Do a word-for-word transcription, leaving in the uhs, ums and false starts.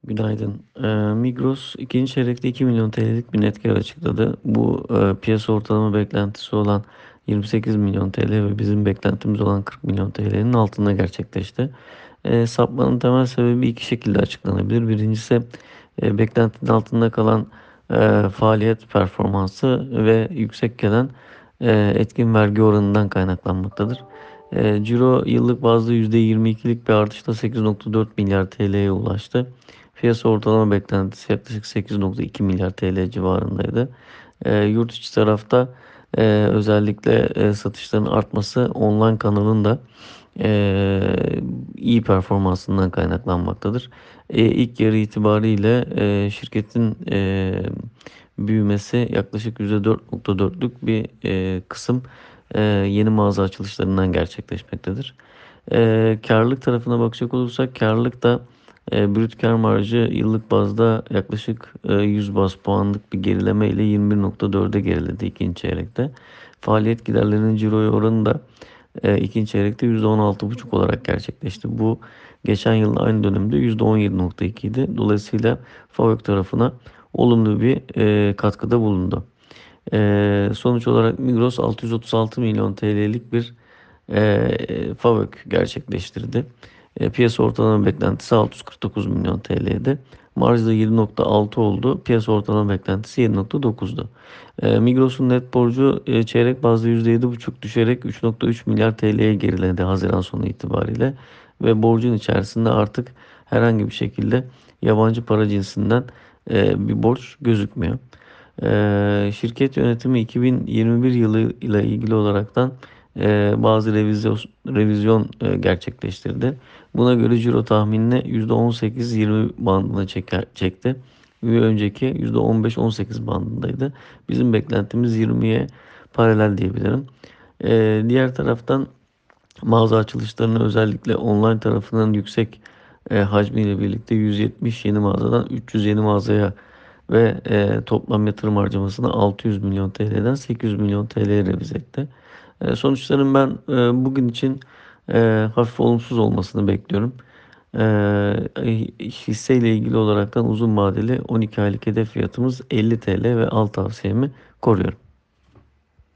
Günaydın. Eee, Migros ikinci çeyrekte iki milyon T L'lik bir net kâr açıkladı. Bu eee, piyasa ortalama beklentisi olan yirmi sekiz milyon T L ve bizim beklentimiz olan kırk milyon T L'nin altında gerçekleşti. Eee, sapmanın temel sebebi iki şekilde açıklanabilir. Birincisi eee, beklentinin altında kalan eee, faaliyet performansı ve yüksek gelen eee, etkin vergi oranından kaynaklanmaktadır. Eee, Ciro yıllık bazda yüzde yirmi ikilik bir artışla sekiz nokta dört milyar T L'ye ulaştı. Piyasa ortalama beklentisi yaklaşık sekiz nokta iki milyar T L civarındaydı. Eee, yurt içi tarafta eee, özellikle eee, satışların artması online kanalın da eee, iyi performansından kaynaklanmaktadır. Eee, ilk yarı itibariyle eee, şirketin eee, büyümesi yaklaşık yüzde dört nokta dörtlük bir eee, kısım eee, yeni mağaza açılışlarından gerçekleşmektedir. Eee karlılık tarafına bakacak olursak karlılık da e, brüt kar marjı yıllık bazda yaklaşık e, yüz baz puanlık bir gerileme ile yirmi bir nokta dörde geriledi ikinci çeyrekte. Faaliyet giderlerinin ciroya oranı da e, ikinci çeyrekte yüzde on altı virgül beş olarak gerçekleşti. Bu geçen yılın aynı dönemde yüzde on yedi nokta iki idi. Dolayısıyla FAVÖK tarafına olumlu bir e, katkıda bulundu. E, sonuç olarak Migros altı yüz otuz altı milyon T L'lik bir e, FAVÖK gerçekleştirdi. E, piyasa ortalama beklentisi altı yüz kırk dokuz milyon T L'ydi. Marj da yedi nokta altı oldu. Piyasa ortalama beklentisi yedi nokta dokuzdu. E, Migros'un net borcu e, çeyrek bazda yüzde yedi virgül beş düşerek üç nokta üç milyar T L'ye geriledi Haziran sonu itibariyle. Ve borcun içerisinde artık herhangi bir şekilde yabancı para cinsinden e, bir borç gözükmüyor. E, şirket yönetimi iki bin yirmi bir yılı ile ilgili olaraktan e, bazı revizyon, revizyon e, gerçekleştirdi. Buna göre ciro tahminini yüzde on sekiz yirmi bandına çeker, çekti. Ve önceki yüzde on beş on sekiz bandındaydı. Bizim beklentimiz yirmiye paralel diyebilirim. E, diğer taraftan mağaza açılışlarını özellikle online tarafının yüksek e, hacmiyle birlikte yüz yetmiş yeni mağazadan üç yüz yeni mağazaya ve e, toplam yatırım harcamasını altı yüz milyon T L'den sekiz yüz milyon T L'ye revize etti. E, sonuçların ben e, bugün için e, hafif olumsuz olmasını bekliyorum. E, hisseyle ilgili olaraktan uzun vadeli on iki aylık hedef fiyatımız elli T L ve al tavsiyemi koruyorum.